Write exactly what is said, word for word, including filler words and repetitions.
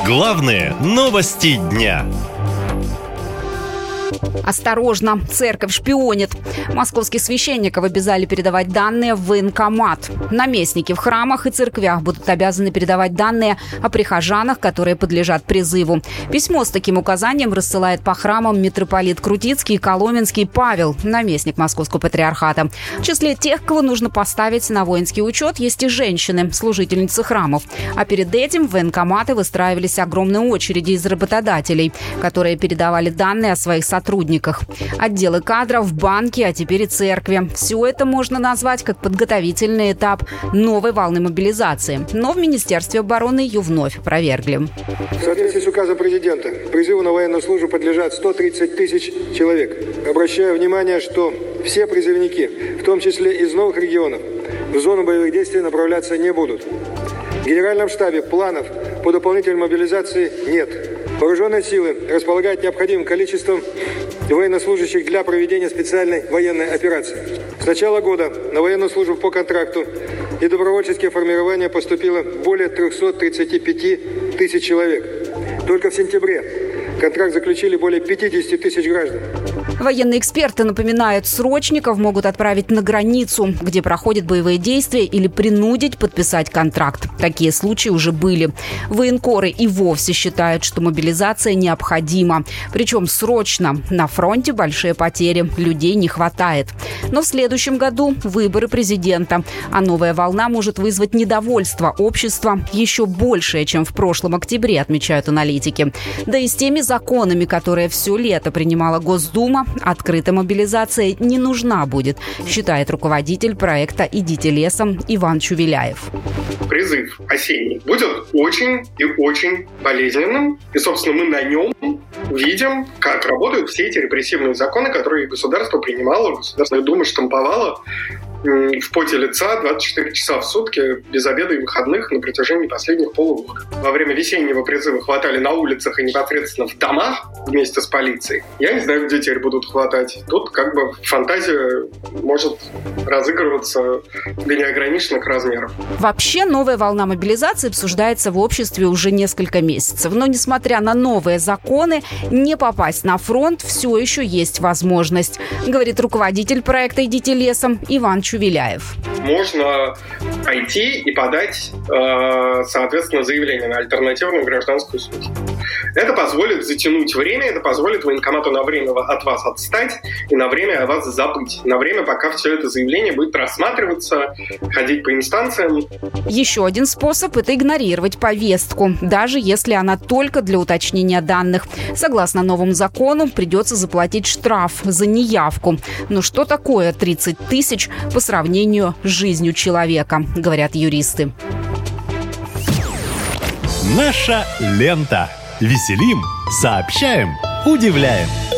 Главные новости дня. Осторожно, церковь шпионит. Московских священников обязали передавать данные в военкомат. Наместники в храмах и церквях будут обязаны передавать данные о прихожанах, которые подлежат призыву. Письмо с таким указанием рассылает по храмам митрополит Крутицкий и Коломенский Павел, наместник Московского патриархата. В числе тех, кого нужно поставить на воинский учет, есть и женщины, служительницы храмов. А перед этим в военкоматы выстраивались огромные очереди из работодателей, которые передавали данные о своих сотрудниках. Отделы кадров, банки, а теперь и церкви. Все это можно назвать как подготовительный этап новой волны мобилизации. Но в Министерстве обороны ее вновь опровергли. В соответствии с указом президента, призыву на военную службу подлежат сто тридцать тысяч человек. Обращаю внимание, что все призывники, в том числе из новых регионов, в зону боевых действий направляться не будут. В Генеральном штабе планов по дополнительной мобилизации нет. Вооруженные силы располагают необходимым количеством военнослужащих для проведения специальной военной операции. С начала года на военную службу по контракту и добровольческие формирования поступило более триста тридцать пять тысяч человек. Только в сентябре контракт заключили более пятьдесят тысяч граждан. Военные эксперты напоминают, срочников могут отправить на границу, где проходят боевые действия, или принудить подписать контракт. Такие случаи уже были. Военкоры и вовсе считают, что мобилизация необходима. Причем срочно. На фронте большие потери, людей не хватает. Но в следующем году выборы президента. А новая волна может вызвать недовольство общества еще большее, чем в прошлом октябре, отмечают аналитики. Да и с теми законами, которые все лето принимала Госдума, открытая мобилизация не нужна будет, считает руководитель проекта «Идите лесом» Иван Чувеляев. Призыв осенний будет очень и очень болезненным. И, собственно, мы на нем видим, как работают все эти репрессивные законы, которые государство принимало, Государственная Дума штамповала в поте лица двадцать четыре часа в сутки, без обеда и выходных на протяжении последних полугода. Во время весеннего призыва хватали на улицах и непосредственно в домах вместе с полицией. Я не знаю, где теперь будут хватать. Тут как бы фантазия может разыгрываться до неограниченных размеров. Вообще новая волна мобилизации обсуждается в обществе уже несколько месяцев. Но несмотря на новые законы, не попасть на фронт все еще есть возможность, говорит руководитель проекта «Идите лесом» Иван Чувеляев. Чувеляев. Можно пойти и подать, соответственно, заявление на альтернативную гражданскую службу. Это позволит затянуть время, это позволит военкомату на время от вас отстать и на время о вас забыть. На время, пока все это заявление будет рассматриваться, ходить по инстанциям. Еще один способ – это игнорировать повестку, даже если она только для уточнения данных. Согласно новому закону, придется заплатить штраф за неявку. Но что такое тридцать тысяч по сравнению с жизнью человека, говорят юристы. Наша лента. Веселим, сообщаем, удивляем.